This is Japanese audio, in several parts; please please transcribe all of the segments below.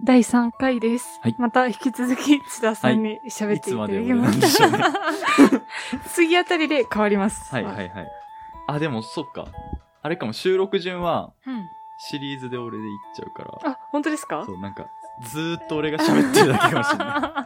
第3回です。 はい、 また引き続き津田さんに喋っていただきました。 ね、 次あたりで変わります。 はいはいはい。あ、でもそっか。あれかも、収録順はシリーズで俺でいっちゃうから。 あ、本当ですか？ そう、なんかずーっと俺が喋ってるだけかもしれない。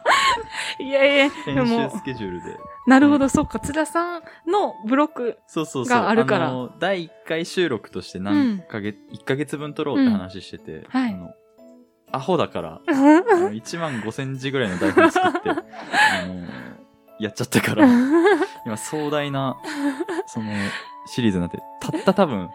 いやいや、 編集スケジュールで。 なるほど、そっか。津田さんのブロックがあるから。 第1回収録として1ヶ月分撮ろうって話してて、 はい。 アホだから15000字ぐらいの台本作ってやっちゃったから今壮大なそのシリーズになって、たった多分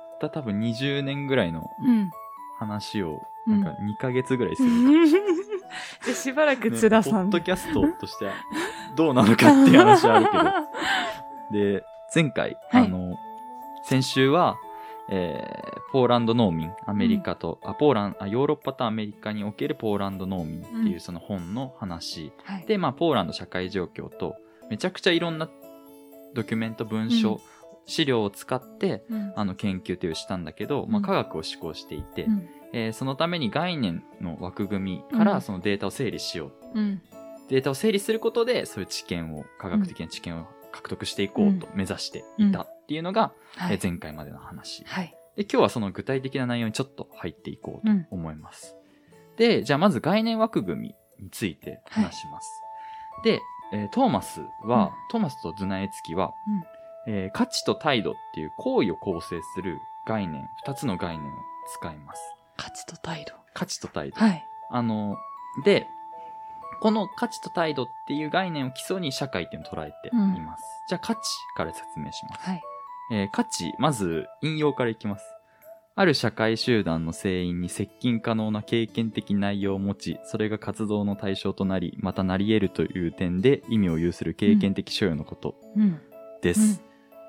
20年ぐらいの話をなんか2ヶ月ぐらいする、 でしばらく津田さん、 ポッドキャストとしてはどうなのかっていう話はあるけどで前回、はい、先週はポーランド農民、アメリカと、ヨーロッパとアメリカにおけるポーランド農民っていうその本の話、で、まあ、ポーランド社会状況と、めちゃくちゃいろんなドキュメント、文書、資料を使って、研究というしたんだけど、まあ、科学を施行していて、そのために概念の枠組みからそのデータを整理しよう。データを整理することで、そういう知見を、科学的な知見を獲得していこうと目指していたっていうのが、前回までの話、で今日はその具体的な内容にちょっと入っていこうと思います、でじゃあまず概念枠組みについて話します、で、トーマスとズナエツキは、価値と態度っていう行為を構成する概念、2つの概念を使います。 価値と態度、 はい、でこの価値と態度っていう概念を基礎に社会っていうのを捉えています。じゃあ価値から説明します。価値、まず引用からいきます。ある社会集団の成員に接近可能な経験的内容を持ち、それが活動の対象となり、またなり得るという点で意味を有する経験的所有のことです。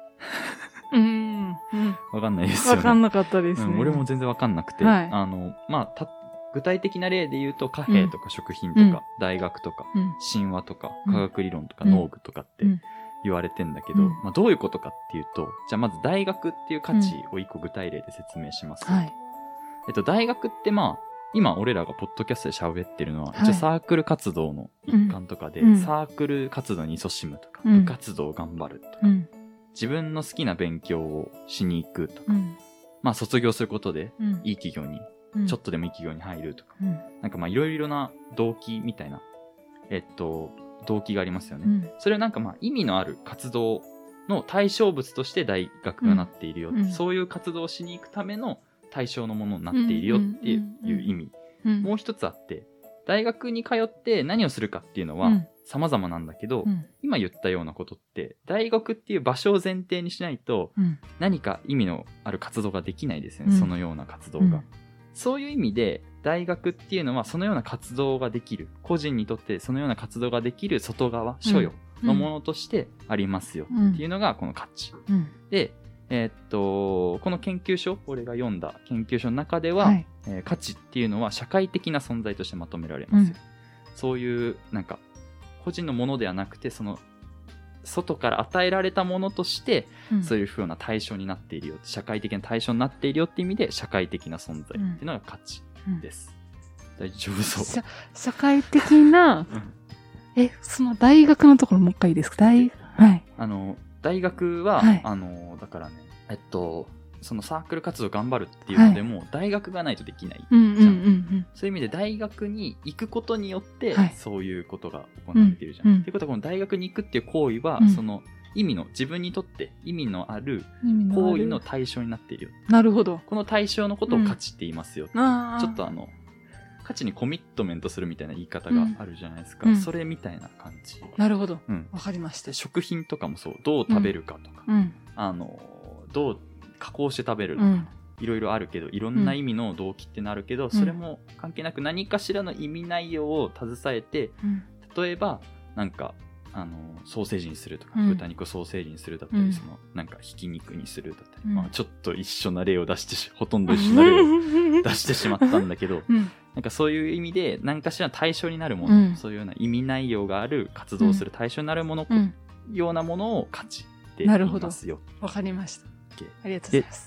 わかんないですよね。 わかんなかったですね。 俺も全然わかんなくて、具体的な例で言うと貨幣とか食品とか、大学とか、神話とか、科学理論とか、農具とかって言われてんだけど、どういうことかっていうと、じゃあまず大学っていう価値を一個具体例で説明します。大学って今俺らがポッドキャストで喋ってるのは、一応サークル活動の一環とかで、サークル活動に勤しむとか、部活動を頑張るとか、自分の好きな勉強をしに行くとか、卒業することでいい企業に、ちょっとでもいい企業に入るとか、なんかいろいろな動機みたいな、動機がありますよね。それをなんか意味のある活動の対象物として大学がなっているよ、そういう活動をしに行くための対象のものになっているよっていう意味、もう一つあって、大学に通って何をするかっていうのは様々なんだけど、今言ったようなことって大学っていう場所を前提にしないと何か意味のある活動ができないですよね、そのような活動が。そういう意味で大学っていうのはそのような活動ができる、個人にとってそのような活動ができる外側、所与のものとしてありますよっていうのがこの価値、で、この研究所、俺が読んだ研究所の中では、価値っていうのは社会的な存在としてまとめられますよ、そういうなんか個人のものではなくて、その外から与えられたものとして、そういう風な対象になっているよ、社会的な対象になっているよっていう意味で社会的な存在っていうのが価値です、大丈夫そう？ 社会的なその大学のところもう一回いいですか？ 大学は、だからね、そのサークル活動頑張るっていうのでも、大学がないとできないじゃん。そういう意味で大学に行くことによって、そういうことが行われているじゃん。っていうことはこの大学に行くっていう行為は、その意味の、自分にとって意味のある行為の対象になっているよ。 なるほど。 この対象のことを価値って言いますよ。ちょっと価値にコミットメントするみたいな言い方があるじゃないですか、それみたいな感じ。 なるほど、わかりました。 食品とかもそう、どう食べるかとか、どう加工して食べるとか、いろいろあるけど、いろんな意味の動機ってなるけど、それも関係なく何かしらの意味内容を携えて、例えばなんかソーセージにするとか、豚肉をソーセージにするだったり、そのなんかひき肉にするだったり、ちょっと一緒な例を出してほとんど一緒な例を出してしまったんだけど、なんかそういう意味で何かしら対象になるもの、そういうような意味内容がある活動する対象になるもの、ようなものを価値って言いますよ。 わかりました。ありがとうございます。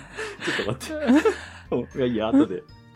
いやちょっと待っていや後で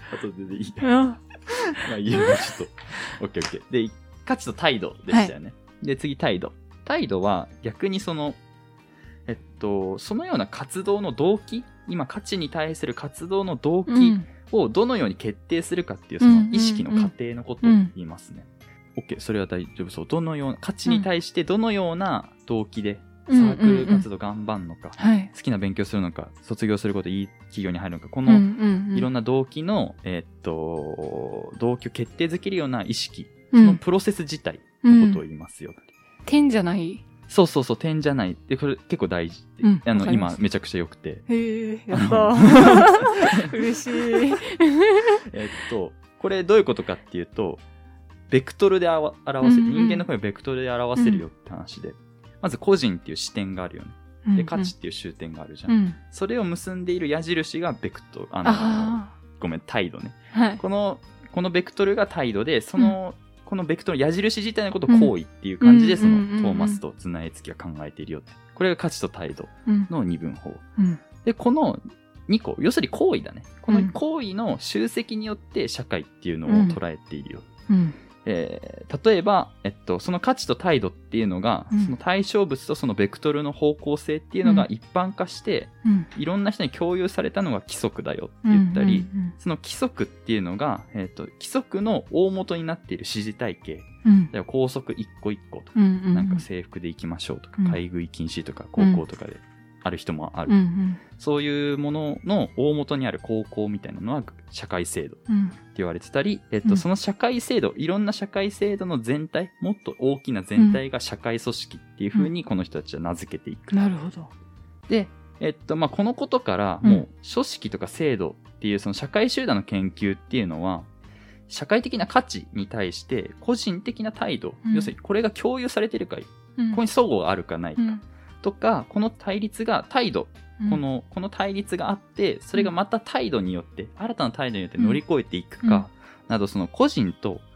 後でいいうんまあいいよ、ちょっと。オッケーオッケー。で、価値と態度でしたよね。で、次、態度。態度は逆にそのような活動の動機、今価値に対する活動の動機をどのように決定するかっていうその意識の過程のことを言いますね。OK、それは大丈夫そう。どのような、価値に対してどのような動機でサークル活動頑張るのか、好きな勉強するのか、卒業することいい企業に入るのか、このいろんな動機の、動機を決定づけるような意識、そのプロセス自体のことを言いますよ。 点じゃない？ そうそうそう、点じゃない。で、これ結構大事。今めちゃくちゃ良くて。 へえ、やったー。嬉しい。 これどういうことかっていうと、ベクトルで表せる、人間の声をベクトルで表せるよって話で、まず個人っていう視点があるよね。で、価値っていう終点があるじゃん。それを結んでいる矢印がベクトル、態度ね。はい、このベクトルが態度で、このベクトル矢印自体のことを行為っていう感じで、そのトーマスと綱江月が考えているよって。これが価値と態度の二分法。で、この2個、要するに行為だね。この行為の集積によって社会っていうのを捉えているよ。例えば、その価値と態度っていうのが、その対象物とそのベクトルの方向性っていうのが一般化して、いろんな人に共有されたのが規則だよって言ったり、その規則っていうのが、規則の大元になっている指示体系、校則一個一個とか、なんか制服で行きましょうとか、買い食い禁止とか、高校とかである人もある。そういうものの大元にある高校みたいなのは社会制度って言われてたり、その社会制度、いろんな社会制度の全体、もっと大きな全体が社会組織っていう風にこの人たちは名付けていく。 なるほど。 で、このことからもう組織とか制度っていうその社会集団の研究っていうのは、社会的な価値に対して個人的な態度、要するにこれが共有されているか、ここに齟齬があるかないか、とか、この対立が態度、この対立があって、それがまた態度によって、新たな態度によって乗り越えていくか、など、その個人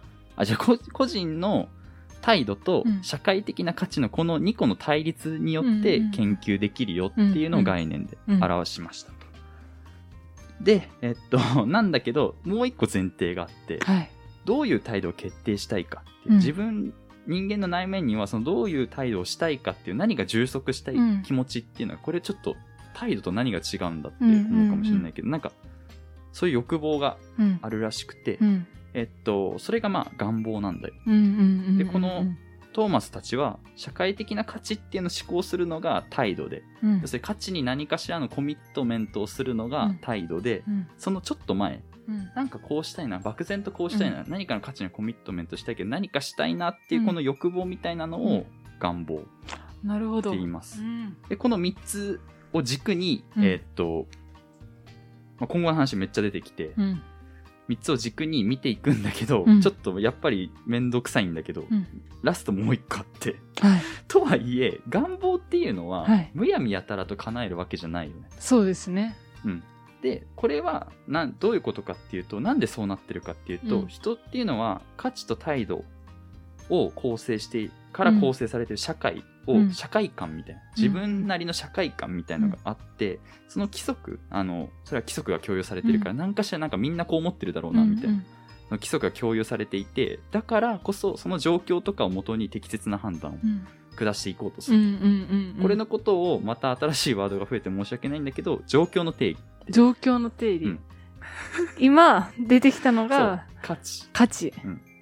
の態度と社会的な価値のこの2個の対立によって研究できるよっていうのを概念で表しましたと。で、なんだけど、もう一個前提があって、どういう態度を決定したいかっていう、人間の内面にはそのどういう態度をしたいかっていう何が充足したい気持ちっていうのは、これちょっと態度と何が違うんだって思うかもしれないけど、なんかそういう欲望があるらしくて、それがまあ願望なんだよ。で、このトーマスたちは社会的な価値っていうのを思考するのが態度で、要するに価値に何かしらのコミットメントをするのが態度で、そのちょっと前、なんかこうしたいな、漠然とこうしたいな、何かの価値にコミットメントしたいけど何かしたいなっていうこの欲望みたいなのを願望って言います。で、この3つを軸に、今後の話めっちゃ出てきて、3つを軸に見ていくんだけど、ちょっとやっぱりめんどくさいんだけど、ラストもう1個あって、とはいえ願望っていうのは、むやみやたらと叶えるわけじゃないよね。 そうですね。 で、これはどういうことかっていうと、なんでそうなってるかっていうと、人っていうのは価値と態度を構成してから構成されている社会を、社会観みたいな、自分なりの社会観みたいなのがあって、その規則、それは規則が共有されてるから、何かしらなんかみんなこう思ってるだろうなみたいな、その規則が共有されていて、だからこそその状況とかをもとに適切な判断を下していこうとする。これのことをまた新しいワードが増えて申し訳ないんだけど、状況の定義。 状況の定義。今出てきたのが価値。 価値。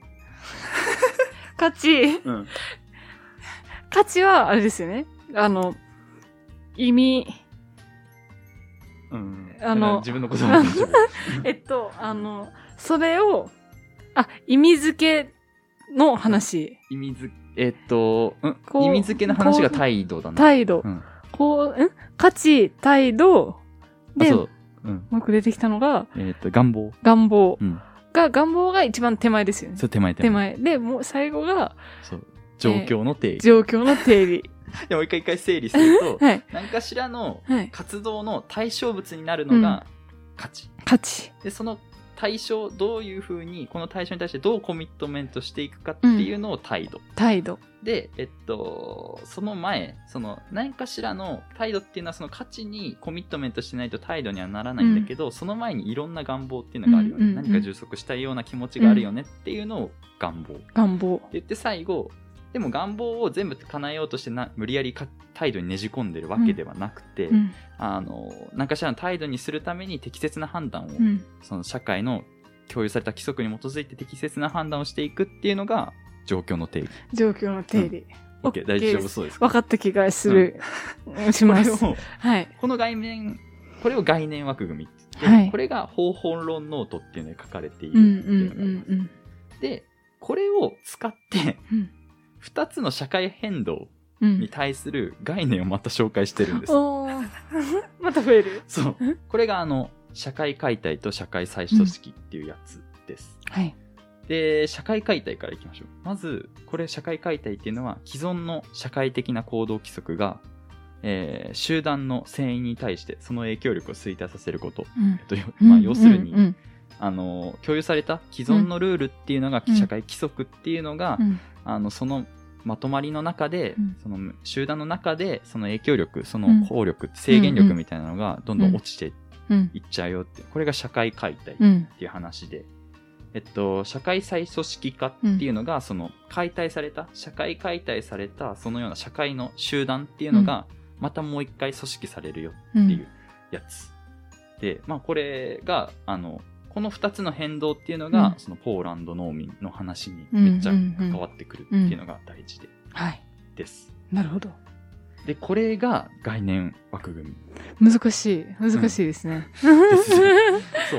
価値。価値はあれですよね。意味。 自分のことなんでそれを、意味付けの話。 意味付けの話が態度だね。 態度。価値、態度、で、もう一個出てきたのが、 願望。 願望が一番手前ですよね。 そう、手前。 で、もう最後が、 状況の定義。 状況の定義。 でもう一回整理すると、何かしらの活動の対象物になるのが価値。 価値。 で、その対象、どういうふうにこの対象に対してどうコミットメントしていくかっていうのを態度、で、その前、その何かしらの態度っていうのはその価値にコミットメントしてないと態度にはならないんだけど、その前にいろんな願望っていうのがあるよね、何か充足したいような気持ちがあるよねっていうのを願望って言って、最後でも願望を全部叶えようとして無理やり態度にねじ込んでるわけではなくて、何かしらの態度にするために適切な判断を、その社会の共有された規則に基づいて適切な判断をしていくっていうのが状況の定義。 OK、 大丈夫そうですか？ 分かった気がする、します。 この概念、これを概念枠組みって言って、これが方法論ノートっていうのに書かれているっていうのがあります。で、これを使って、2つの社会変動に対する概念をまた紹介してるんです。 また増える？ そう。これが社会解体と社会再組織っていうやつです。で、社会解体からいきましょう。まず、これ社会解体っていうのは既存の社会的な行動規則が、集団の遷移に対してその影響力を衰退させること。要するに、共有された既存のルールっていうのが、社会規則っていうのが、そのまとまりの中で、その集団の中でその影響力、その効力、制限力みたいなのがどんどん落ちていっちゃうよって、これが社会解体っていう話で、社会再組織化っていうのが、その社会解体されたそのような社会の集団っていうのがまたもう一回組織されるよっていうやつで、これがこの2つの変動っていうのが、そのポーランド農民の話にめっちゃ関わってくるっていうのが大事です。 なるほど。 で、これが概念枠組み。 難しいですね。 そう。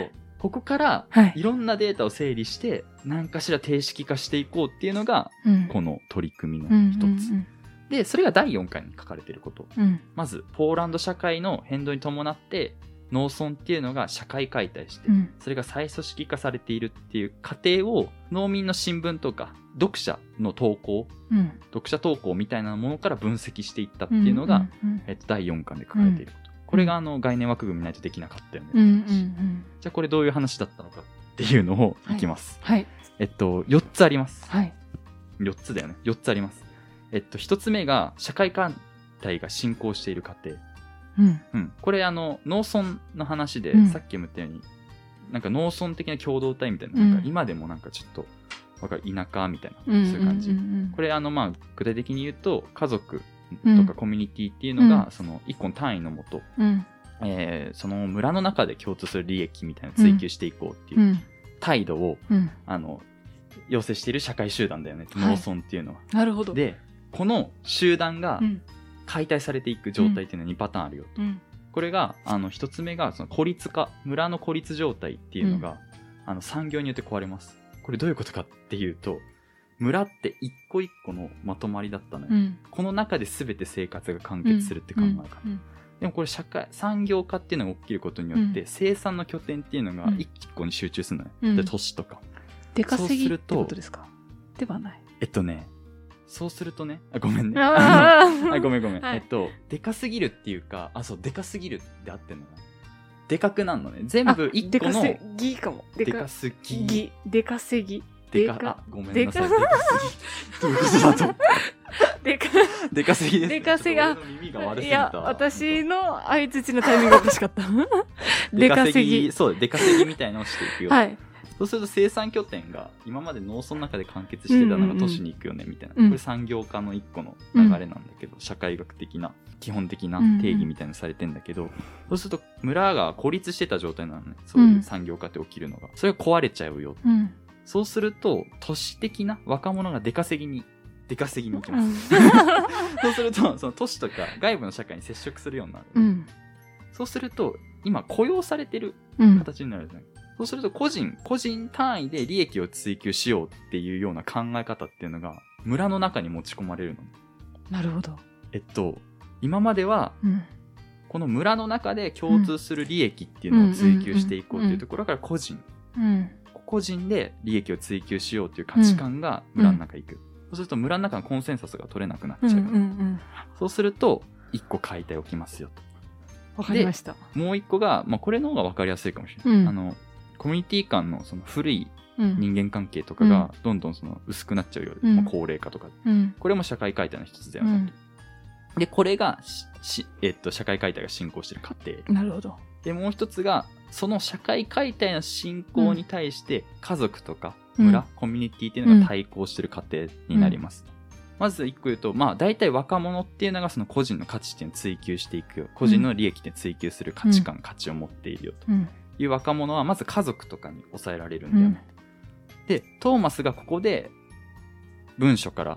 ここからいろんなデータを整理して何かしら定式化していこうっていうのが、この取り組みの一つ。で、それが第4回に書かれていること。まず、ポーランド社会の変動に伴って農村っていうのが社会解体して、それが再組織化されているっていう過程を農民の新聞とか読者の投稿、読者投稿みたいなものから分析していったっていうのが、第4巻で書かれていること。これが概念枠組みないとできなかったよね。じゃあこれどういう話だったのかっていうのをいきます。4つあります。4つだよね。4つあります。1つ目が社会解体が進行している過程。これ農村の話で、さっきも言ったようになんか農村的な共同体みたいな、なんか今でもなんかちょっとわかる田舎みたいな、そういう感じ。これ具体的に言うと家族とかコミュニティっていうのが、その一個の単位のもと、その村の中で共通する利益みたいなのを追求していこうっていう態度を、要請している社会集団だよね、農村っていうのは。 なるほど。 で、この集団が解体されていく状態っていうのは2パターンあるよと。これが1つ目がその孤立化、村の孤立状態っていうのが、産業によって壊れます。これどういうことかっていうと、村って一個一個のまとまりだったのよ。この中で全て生活が完結するって考え方。でもこれ産業化っていうのが起きることによって、生産の拠点っていうのが一個に集中するのよ。で、都市とか。 出稼ぎってことですか？ではない。 そうするとね、ごめんね。ごめん。でかすぎるっていうか、そう、でかすぎるって合ってんのかな。でかくなるのね。全部一個の。 でかすぎかも。 でかすぎ。 でかすぎ。 ごめんなさい。でかすぎ。どういうことだと。でかすぎです。 でかすぎ。 耳が悪すぎた。 いや、私の相槌のタイミングが欲しかった。でかすぎ。 そう、でかすぎみたいなのをしていくよ。はい。そうすると生産拠点が今まで農村の中で完結してたのが都市に行くよねみたいな、これ産業化の一個の流れなんだけど、社会学的な基本的な定義みたいにされてんだけど、そうすると村が孤立してた状態なのね、そういう産業化って起きるのが、それが壊れちゃうよ、そうすると都市的な若者が出稼ぎに行きます、そうするとその都市とか外部の社会に接触するようになる、そうすると今雇用されてる形になるじゃない、そうすると個人単位で利益を追求しようっていうような考え方っていうのが村の中に持ち込まれるの。 なるほど。 今までは、この村の中で共通する利益っていうのを追求していこうっていうところから個人で利益を追求しようっていう価値観が村の中に行く。そうすると村の中のコンセンサスが取れなくなっちゃう。そうすると一個解体起きますよと。 わかりました。 もう一個が、これの方が分かりやすいかもしれない。 コミュニティ間のその古い人間関係とかがどんどんその薄くなっちゃうようで、高齢化とか、これも社会解体の一つだよね、でこれが社会解体が進行している過程。 なるほど。 でもう一つがその社会解体の進行に対して家族とか村、コミュニティっていうのが対抗している過程になります、まず一個言うと、まあ大体若者っていうのがその個人の価値っていうのを追求していくよ、個人の利益って追求する価値観、価値を持っているよという若者はまず家族とかに抑えられるんだよね、でトーマスがここで文書から、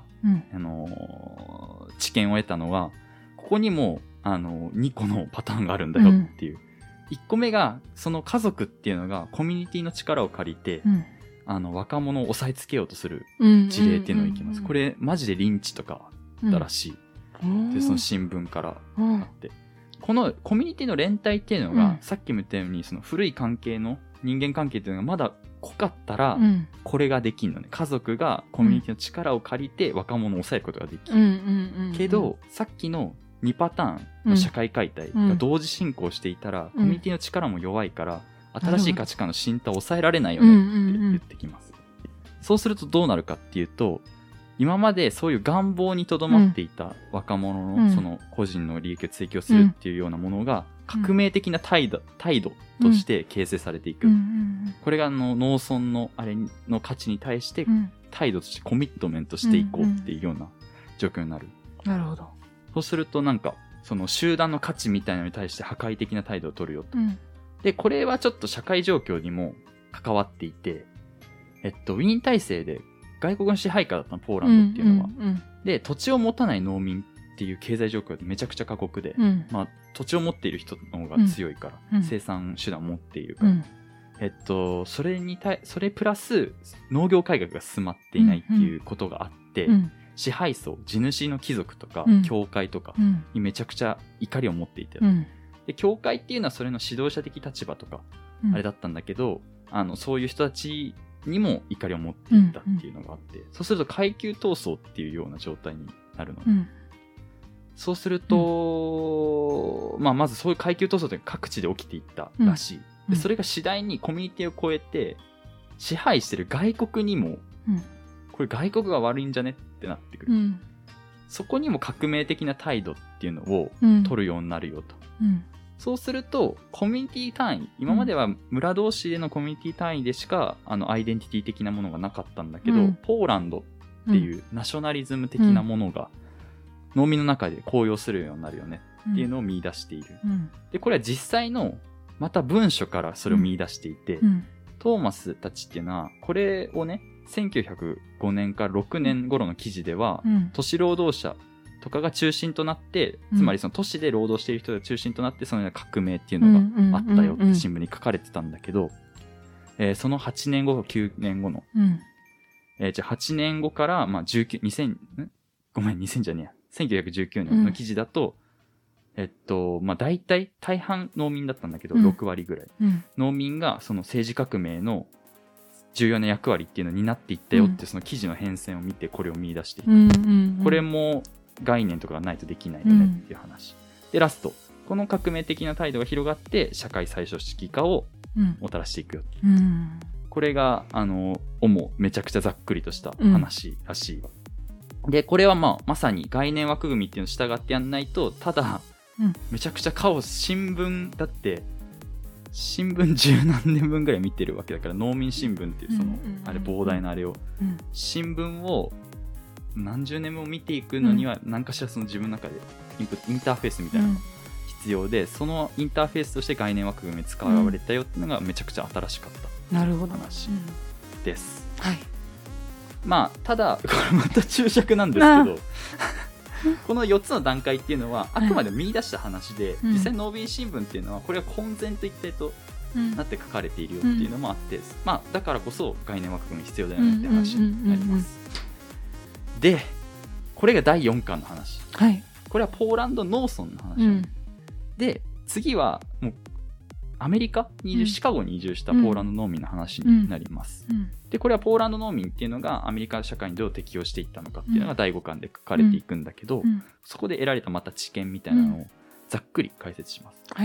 知見を得たのは、ここにも2個のパターンがあるんだよっていう、1個目がその家族っていうのがコミュニティの力を借りて、若者を押さえつけようとする事例っていうのをいきます。これマジでリンチとかあったらしい、でその新聞からあって、このコミュニティの連帯っていうのが、さっきも言ったようにその古い関係の人間関係っていうのがまだ濃かったら、これができるのね。家族がコミュニティの力を借りて若者を抑えることができる、けどさっきの2パターンの社会解体が同時進行していたら、コミュニティの力も弱いから新しい価値観の浸透を抑えられないよねって言ってきます、そうするとどうなるかっていうと、今までそういう願望にとどまっていた若者のその個人の利益を追求するっていうようなものが革命的な態度として形成されていく、これが農村のあれの価値に対して態度としてコミットメントしていこうっていうような状況になる、 なるほど。 そうするとなんかその集団の価値みたいなのに対して破壊的な態度を取るよと、でこれはちょっと社会状況にも関わっていて、ウィーン体制で外国の支配下だったのポーランドっていうのは、で土地を持たない農民っていう経済状況でめちゃくちゃ過酷で、まあ、土地を持っている人の方が強いから、生産手段を持っているから、それプラス農業改革が進まっていないっていうことがあって、支配層、地主の貴族とか、教会とかにめちゃくちゃ怒りを持っていて、で教会っていうのはそれの指導者的立場とか、あれだったんだけど、そういう人たちにも怒りを持っていったっていうのがあって、そうすると階級闘争っていうような状態になるの、そうすると、まずそういう階級闘争って各地で起きていったらしい、でそれが次第にコミュニティを超えて支配してる外国にも、これ外国が悪いんじゃねってなってくる、そこにも革命的な態度っていうのを取るようになるよと、そうするとコミュニティ単位、今までは村同士でのコミュニティ単位でしかアイデンティティ的なものがなかったんだけど、ポーランドっていうナショナリズム的なものが農民の中で高揚するようになるよねっていうのを見出している、でこれは実際のまた文書からそれを見出していて、トーマスたちっていうのはこれをね、1905年から6年頃の記事では、都市労働者とかが中心となって、つまりその都市で労働している人が中心となってそのような革命っていうのがあったよって新聞に書かれてたんだけど、その8年後9年後の、じゃあ8年後から、まあ、2000じゃねえや1919年の記事だと、まあ、大半農民だったんだけど、6割ぐらい、農民がその政治革命の重要な役割っていうのになっていったよって、その記事の変遷を見てこれを見出していく、これも概念とかがないとできないよねっていう話、でラスト、この革命的な態度が広がって社会再組織化をもたらしていくよ、これがめちゃくちゃざっくりとした話らしい、でこれはまさに概念枠組みっていうのを従ってやんないと、ただ、めちゃくちゃカオス、新聞だって新聞十何年分ぐらい見てるわけだから、農民新聞っていうその、あれ膨大なあれを、新聞を何十年も見ていくのには何かしらその自分の中でインターフェースみたいなのが必要で、そのインターフェースとして概念枠組み使われたよっていうのがめちゃくちゃ新しかった話です、まあただこれまた注釈なんですけどこの4つの段階っていうのはあくまで見出した話で、実際農民新聞っていうのはこれは混然と一体となって書かれているよっていうのもあって、まあだからこそ概念枠組み必要だよねって話になります。でこれが第4巻の話、これはポーランド農村の話、で次はもうアメリカにシカゴに移住したポーランド農民の話になります、でこれはポーランド農民っていうのがアメリカ社会にどう適応していったのかっていうのが第5巻で書かれていくんだけど、そこで得られたまた知見みたいなのをざっくり解説します、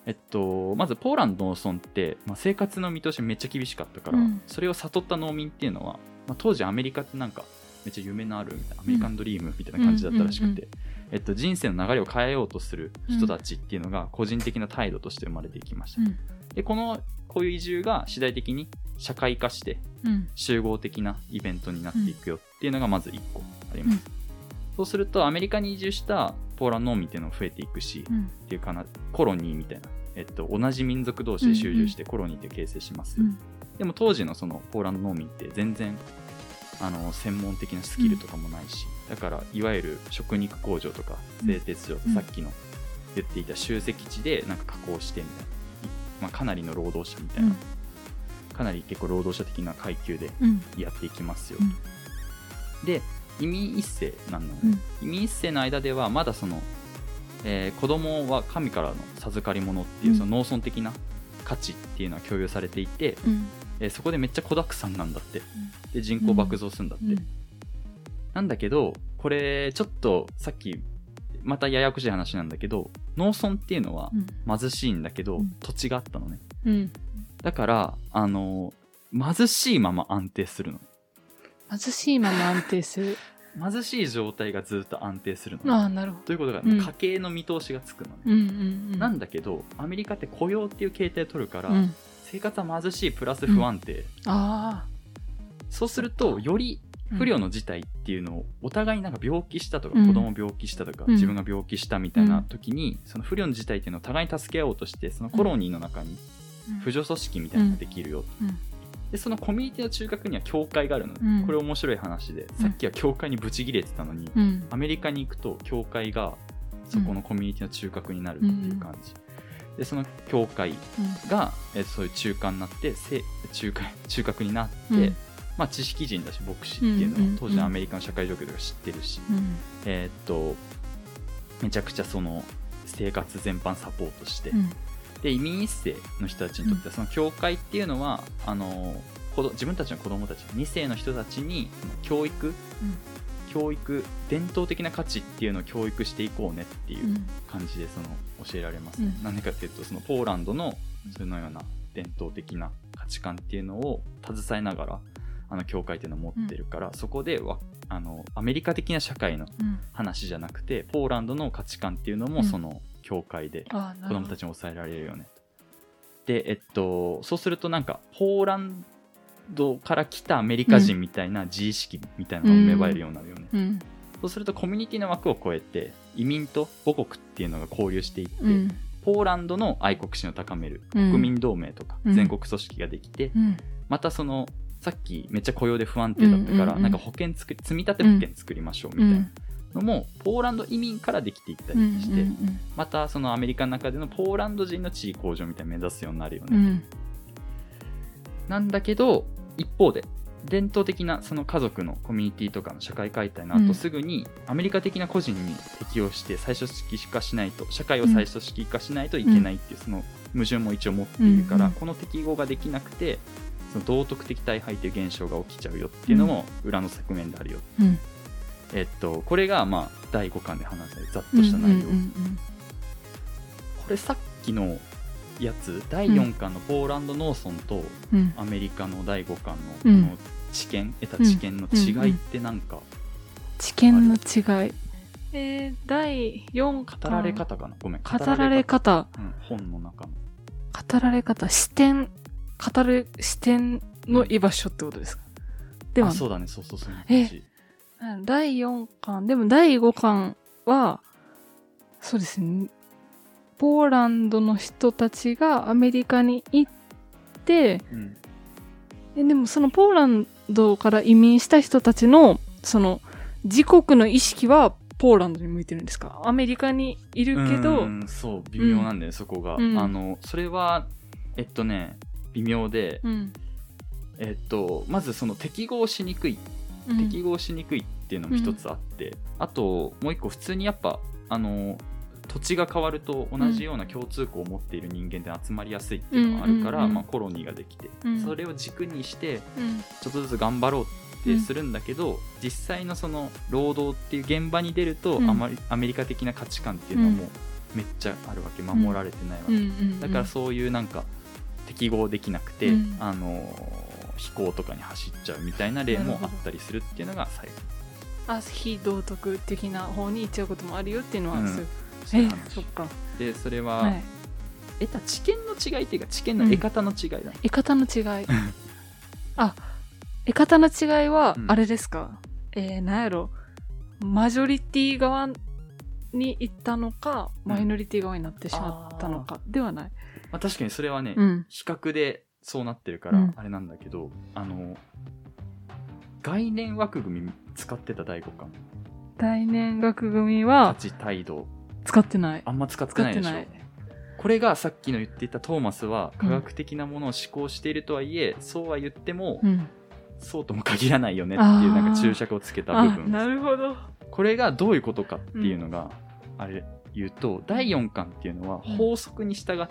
まずポーランドの農村って、生活の見通しめっちゃ厳しかったから、それを悟った農民っていうのは、当時アメリカってなんかめっちゃ夢のあるみたいな、アメリカンドリームみたいな感じだったらしくて、人生の流れを変えようとする人たちっていうのが個人的な態度として生まれていきました。でこういう移住が次第的に社会化して集合的なイベントになっていくよっていうのがまず1個あります。そうするとアメリカに移住したポーランド農民っていうのも増えていくし、っていうかな、コロニーみたいな、同じ民族同士で集中してコロニーって形成します。でも当時のそのポーランド農民って全然専門的なスキルとかもないし、だからいわゆる食肉工場とか製鉄所、さっきの言っていた集積地でなんか加工してみたいな、かなりの労働者みたいな、かなり結構労働者的な階級でやっていきますよ。で移民一世なの、移民一世の間ではまだその、子供は神からの授かり物っていうその農村的な価値っていうのは共有されていて、そこでめっちゃ子だくさんなんだって、で人口爆増するんだって、なんだけどこれちょっとさっきまたややこしい話なんだけど、農村っていうのは貧しいんだけど、土地があったのね、だから貧しいまま安定するの。 貧しいまま安定する。 貧しい状態がずっと安定するの。 なるほど。 ということが、家計の見通しがつくのね、なんだけどアメリカって雇用っていう形態を取るから、生活は貧しいプラス不安定、そうするとより不慮の事態っていうのをお互いになんか病気したとか、子供病気したとか、自分が病気したみたいな時に、その不慮の事態っていうのを互いに助け合おうとして、そのコロニーの中に扶助組織みたいなのができるよと、でそのコミュニティの中核には教会があるの、これ面白い話で、さっきは教会にブチギレてたのに、アメリカに行くと教会がそこのコミュニティの中核になるっていう感じ、でその教会が、そういう中核になって中核になって、知識人だし牧師っていうのは当時のアメリカの社会状況とか知ってるし、めちゃくちゃその生活全般サポートして、で移民一世の人たちにとってはその教会っていうのは自分たちの子供たち2世の人たちに教育伝統的な価値っていうのを教育していこうねっていう感じで教えられますね。なんでかっていうと、そのポーランドのそのような伝統的な価値観っていうのを携えながら教会っていうのを持ってるから、そこでアメリカ的な社会の話じゃなくて、ポーランドの価値観っていうのもその教会で子供たちに抑えられるよねと。でそうするとなんかポーランドから来たアメリカ人みたいな自意識みたいなのが芽生えるようになるよね、そうするとコミュニティの枠を超えて移民と母国っていうのが交流していって、ポーランドの愛国心を高める国民同盟とか全国組織ができて、またそのさっきめっちゃ雇用で不安定だったから、なんか積み立て保険作りましょうみたいなのもポーランド移民からできていったりして、またそのアメリカの中でのポーランド人の地位向上みたいな目指すようになるよね、なんだけど一方で伝統的なその家族のコミュニティとかの社会解体の後、すぐにアメリカ的な個人に適応して再組織化しないと、社会を再組織化しないといけないっていうその矛盾も一応持っているから、この適合ができなくてその道徳的大敗という現象が起きちゃうよっていうのも裏の側面であるよ、これがまあ第5巻で話されるざっとした内容、これさっきのやつ第4巻のポーランド農村とアメリカの第5巻のこの得た知見の違いってなんか、 知見の違い、第4巻語られ方かな、ごめん、 語られ方、 本の中の語られ方、語る視点の居場所ってことですか、ではそうだね、そう第4巻でも第5巻はそうですね、ポーランドの人たちがアメリカに行って、でもそのポーランドから移民した人たちのその自国の意識はポーランドに向いてるんですか、アメリカにいるけど、 そう微妙なんだよ、そこが、それは微妙で、まずその適合しにくいっていうのも一つあって、あともう一個普通にやっぱ土地が変わると同じような共通項を持っている人間で集まりやすいっていうのがあるから、コロニーができて、それを軸にしてちょっとずつ頑張ろうってするんだけど、実際のその労働っていう現場に出ると、アメリカ的な価値観っていうのはもうめっちゃあるわけ、守られてないわけ、だからそういうなんか適合できなくて、飛行とかに走っちゃうみたいな例もあったりするっていうのが最後。 非道徳的な方に行っちゃうこともあるよっていうのは、 そういう話。 そっか。 でそれは、得た知見の違いっていうか知見の得方の違いだ、 得方の違い得方の違いはあれですか、なんやろ、マジョリティ側に行ったのか、マイノリティ側になってしまったのかではない。 確かにそれはね、比較でそうなってるからあれなんだけど、概念枠組み使ってた第5巻。 概念枠組みは価値態度使ってない。 あんま使ってないでしょ。これがさっきの言っていたトーマスは科学的なものを思考しているとはいえ、そうは言っても、そうとも限らないよねっていうなんか注釈をつけた部分。 なるほど。 これがどういうことかっていうのが、あれ言うと、第4巻っていうのは法則に従って、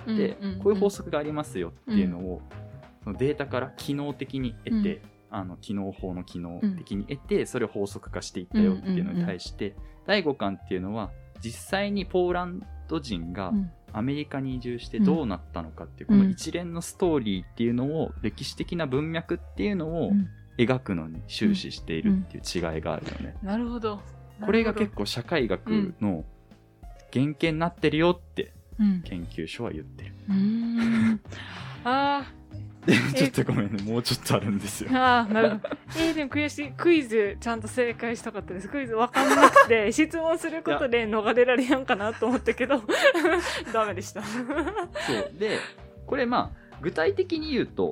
こういう法則がありますよっていうのを、そのデータから機能的に得て、機能法の機能的に得て、それを法則化していったよっていうのに対して、第5巻っていうのは実際にポーランド人がアメリカに移住してどうなったのかっていう、この一連のストーリーっていうのを、歴史的な文脈っていうのを描くのに終始しているっていう違いがあるよね。 なるほど。 これが結構社会学の原型になってるよって研究所は言ってる。ちょっとごめんね、もうちょっとあるんですよ。 なるほど。でも悔しい。クイズちゃんと正解したかったです。クイズ分かんなくて質問することで逃れられやんかなと思ったけどダメでした。 そうで、これ具体的に言うと、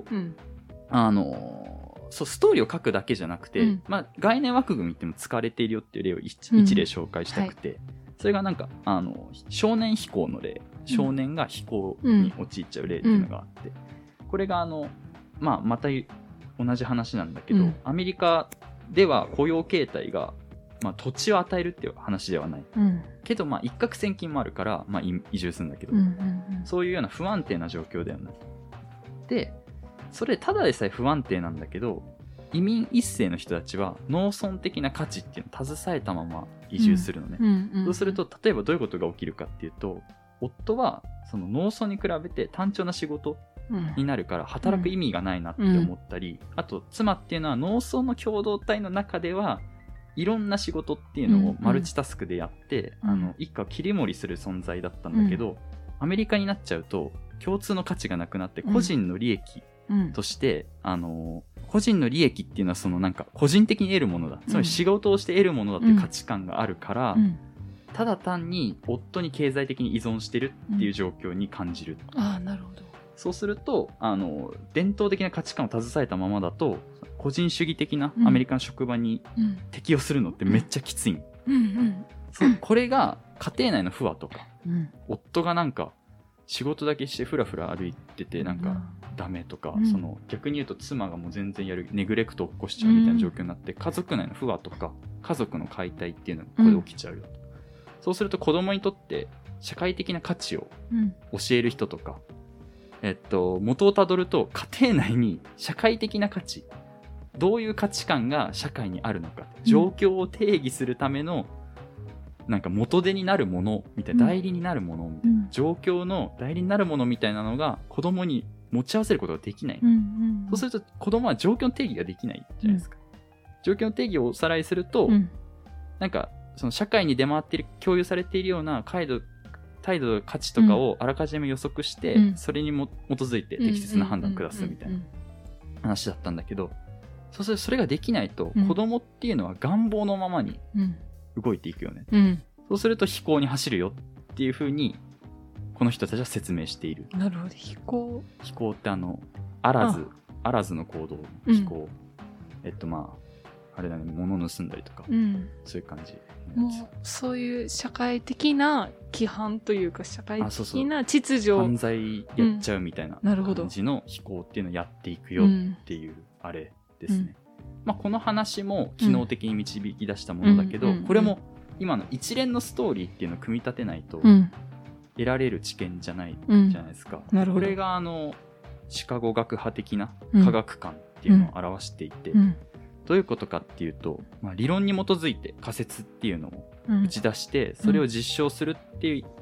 ストーリーを書くだけじゃなくて、概念枠組みっても使われているよっていう例を一例紹介したくて、それがなんか少年飛行の例、少年が飛行に陥っちゃう例っていうのがあって、これがまた同じ話なんだけど、アメリカでは雇用形態が、土地を与えるっていう話ではない、けど一攫千金もあるから、移住するんだけど、そういうような不安定な状況だよね。でそれただでさえ不安定なんだけど、移民一世の人たちは農村的な価値っていうのを携えたまま移住するのね、そうすると例えばどういうことが起きるかっていうと、夫はその農村に比べて単調な仕事になるから働く意味がないなって思ったり、あと妻っていうのは農村の共同体の中ではいろんな仕事っていうのをマルチタスクでやって、一家を切り盛りする存在だったんだけど、アメリカになっちゃうと共通の価値がなくなって個人の利益として、個人の利益っていうのはそのなんか個人的に得るものだ、つまり仕事をして得るものだっていう価値観があるから、ただ単に夫に経済的に依存してるっていう状況に感じる。 なるほど。 そうすると伝統的な価値観を携えたままだと、個人主義的なアメリカの職場に適応するのってめっちゃきつい、これが家庭内の不和とか、夫がなんか仕事だけしてフラフラ歩いててなんかダメとか、その逆に言うと妻がもう全然ネグレクトを起こしちゃうみたいな状況になって、家族内の不和とか家族の解体っていうのがここで起きちゃうよと、そうすると子供にとって社会的な価値を教える人とか、元をたどると家庭内に社会的な価値、どういう価値観が社会にあるのか、状況を定義するためのなんか元手になるものみたいな、代理になるものみたいな、状況の代理になるものみたいなのが子供に持ち合わせることができない、そうすると子供は状況の定義ができないじゃないですか、状況の定義をおさらいすると、なんかその社会に出回っている共有されているような態度価値とかをあらかじめ予測して、それに基づいて適切な判断を下すみたいな話だったんだけど、そうするとそれができないと、子供っていうのは願望のままに動いていくよね、そうすると飛行に走るよっていう風にこの人たちは説明している。 なるほど。飛行ってあらずの行動、飛行、あれだね、物盗んだりとか、そういう感じ。 もうそういう社会的な規範というか社会的な秩序、 犯罪やっちゃうみたいな感じの飛行っていうのをやっていくよっていうあれですね、この話も機能的に導き出したものだけど、これも今の一連のストーリーっていうのを組み立てないと得られる知見じゃないじゃないですか、これがシカゴ学派的な科学観っていうのを表していて、どういうことかっていうと、理論に基づいて仮説っていうのを打ち出して、それを実証するっていう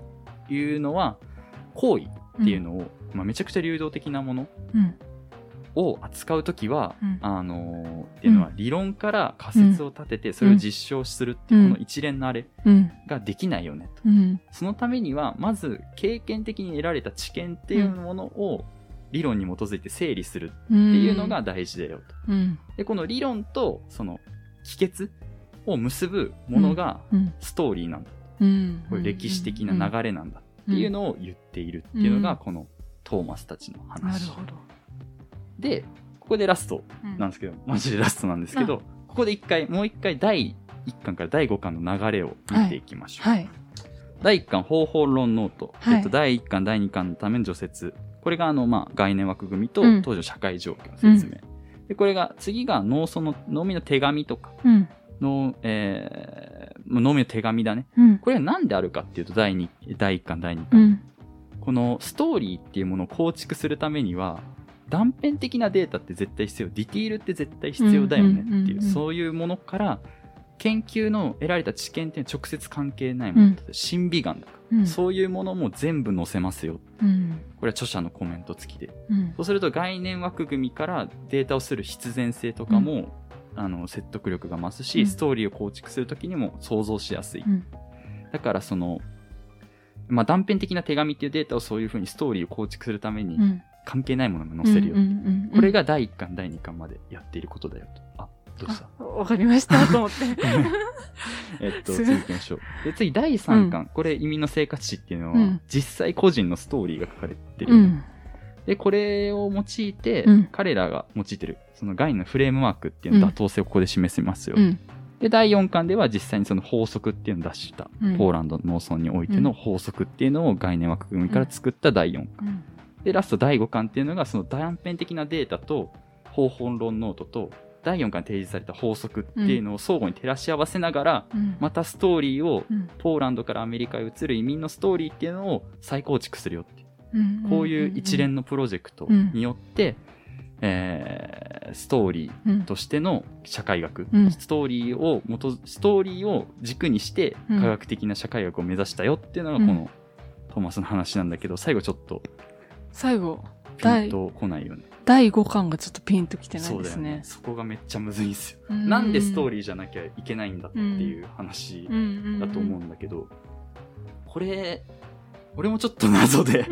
いうのは行為っていうのを、めちゃくちゃ流動的なものを扱うときは、っていうのは理論から仮説を立ててそれを実証するっていうこの一連のあれができないよねと、そのためにはまず経験的に得られた知見っていうものを理論に基づいて整理するっていうのが大事だよと、でこの理論とその帰結を結ぶものがストーリーなんだ、これ歴史的な流れなんだっていうのを言っているっていうのがこのトーマスたちの話、 なるほど。 でここでラストなんですけど、マジでラストなんですけど、ここでもう一回第1巻から第5巻の流れを見ていきましょう。第1巻方法論ノート、第1巻第2巻のための除雪、これが概念枠組みと当時の社会状況の説明、でこれが次が農民の手紙とか、農民の手紙だね、これは何であるかっていうと第1巻第2巻、このストーリーっていうものを構築するためには断片的なデータって絶対必要、ディティールって絶対必要だよねっていう、そういうものから研究の得られた知見っていうのは直接関係ないもの、審美眼とか、そういうものも全部載せますよ、これは著者のコメント付きで、そうすると概念枠組みからデータをする必然性とかも、説得力が増すし、ストーリーを構築するときにも想像しやすい、だからその、断片的な手紙っていうデータをそういうふうにストーリーを構築するために関係ないものが載せるよ、これが第1巻第2巻までやっていることだよと。どうした？ わかりましたと思って次行きましょう。で次第3巻、これ移民の生活史っていうのは、実際個人のストーリーが書かれてる、でこれを用いて、彼らが用いてるその概念のフレームワークっていうの妥当性をここで示せますよ、で第4巻では実際にその法則っていうのを出した、ポーランド農村においての法則っていうのを概念枠組みから作った第4巻、でラスト第5巻っていうのがその断片的なデータと方法論ノートと第4巻に提示された法則っていうのを相互に照らし合わせながら、またストーリーを、ポーランドからアメリカへ移る移民のストーリーっていうのを再構築するよって、こういう一連のプロジェクトによって、ストーリーとしての社会学、ストーリーを軸にして科学的な社会学を目指したよっていうのがこのトーマスの話なんだけど、最後ちょっとピンとこないよね。 第5巻がちょっとピンときてないですね。 そうだよね。そこがめっちゃむずいんですよ。なんでストーリーじゃなきゃいけないんだっていう話だと思うんだけど、これ俺もちょっと謎で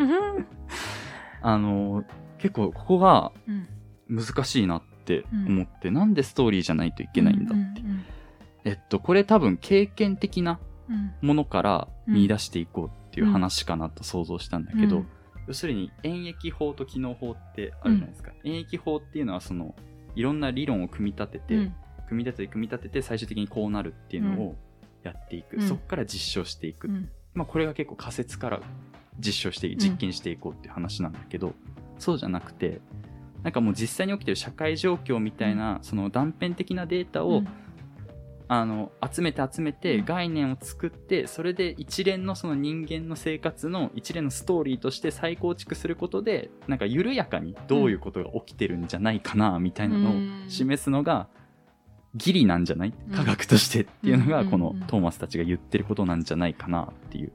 結構ここが難しいなって思って、なんでストーリーじゃないといけないんだって、これ多分経験的なものから見出していこうっていう話かなと想像したんだけど、要するに演疫法と機能法ってあるじゃないですか。演疫法っていうのはそのいろんな理論を組み立てて最終的にこうなるっていうのをやっていく、そこから実証していく、これが結構仮説から実験していこうっていう話なんだけど、そうじゃなくてなんかもう実際に起きてる社会状況みたいなその断片的なデータを、集めて概念を作って、それで一連のその人間の生活の一連のストーリーとして再構築することで、なんか緩やかにどういうことが起きてるんじゃないかなみたいなのを示すのがギリなんじゃない、科学としてっていうのがこのトーマスたちが言ってることなんじゃないかなっていう。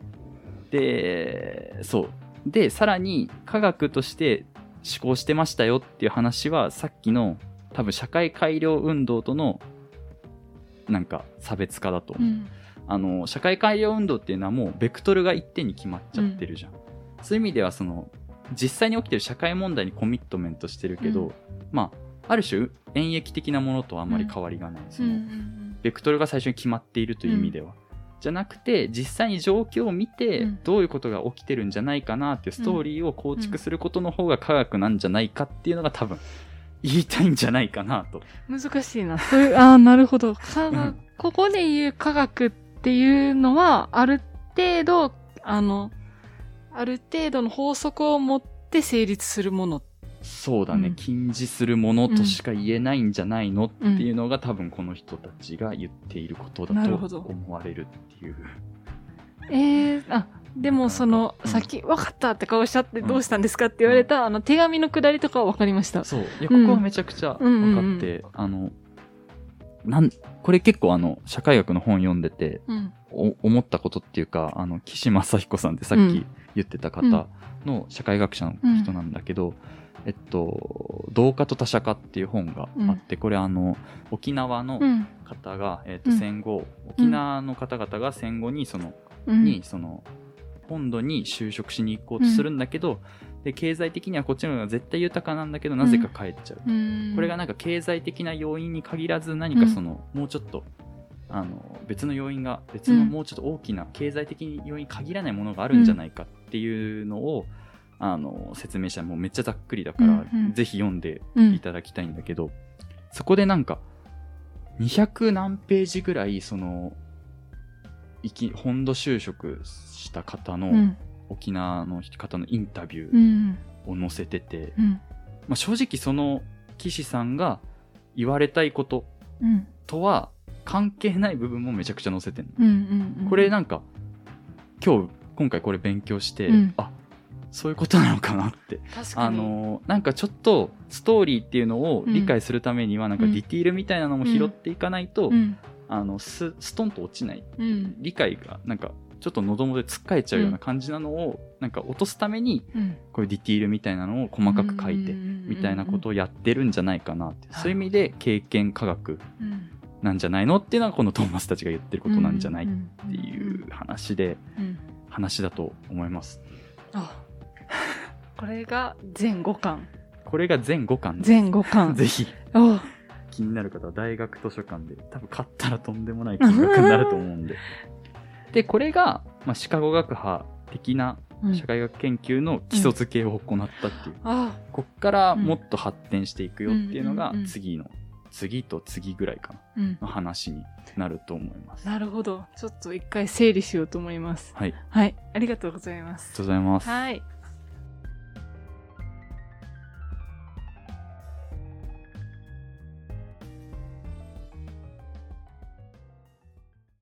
でさらに科学として思考してましたよっていう話は、さっきの多分社会改良運動とのなんか差別化だと思う、社会改良運動っていうのはもうベクトルが一点に決まっちゃってるじゃん、そういう意味ではその実際に起きてる社会問題にコミットメントしてるけど、ある種演疫的なものとはあんまり変わりがない、そのベクトルが最初に決まっているという意味では、じゃなくて実際に状況を見てどういうことが起きてるんじゃないかなっていうストーリーを構築することの方が科学なんじゃないかっていうのが多分言いたいんじゃないかなと。 難しいな。なるほど。ここで言う科学っていうのは、ある程度の法則を持って成立するもの。 そうだね。禁じするものとしか言えないんじゃないのっていうのが多分この人たちが言っていることだと思われるっていう。 でもさっき分かったって顔しちゃってどうしたんですかって言われた、手紙のくだりとかは分かりました。 そう。いや、ここはめちゃくちゃ分かって、 これ結構社会学の本読んでて、思ったことっていうか、岸正彦さんってさっき言ってた方の社会学者の人なんだけど、同化と他者化っていう本があって、これ沖縄の方が、戦後、沖縄の方々が戦後に本土に就職しに行こうとするんだけど、で経済的にはこっちの方が絶対豊かなんだけど、なぜか帰っちゃう、これがなんか経済的な要因に限らず、何かもうちょっと別の要因が、別のもうちょっと大きな経済的に要因に限らないものがあるんじゃないかっていうのを、説明したらもうめっちゃざっくりだから、ぜひ読んでいただきたいんだけど、そこでなんか200何ページぐらい本土就職した方の、沖縄の方のインタビューを載せてて、正直その岸さんが言われたいこととは関係ない部分もめちゃくちゃ載せてるの、これなんか今回これ勉強して、あ、そういうことなのかなって。 確かになんかちょっとストーリーっていうのを理解するためには、なんかディティールみたいなのも拾っていかないと、ストンと落ちない、理解がなんかちょっと喉元でつっかえちゃうような感じなのを、なんか落とすために、こういうディティールみたいなのを細かく書いてみたいなことをやってるんじゃないかなって、そういう意味で経験科学なんじゃないのっていうのがこのトーマスたちが言ってることなんじゃないっていう話だと思います。 これが全5巻。 これが全5巻です。 全5巻。 ぜひ気になる方は大学図書館で多分買ったらとんでもない金額になると思うんででこれが、シカゴ学派的な社会学研究の基礎付けを行ったっていう、こっからもっと発展していくよっていうのが次と次ぐらいかな、の話になると思います。 なるほど。ちょっと一回整理しようと思います。 はい。 はい。ありがとうございます。 ありがとうございます。 はい。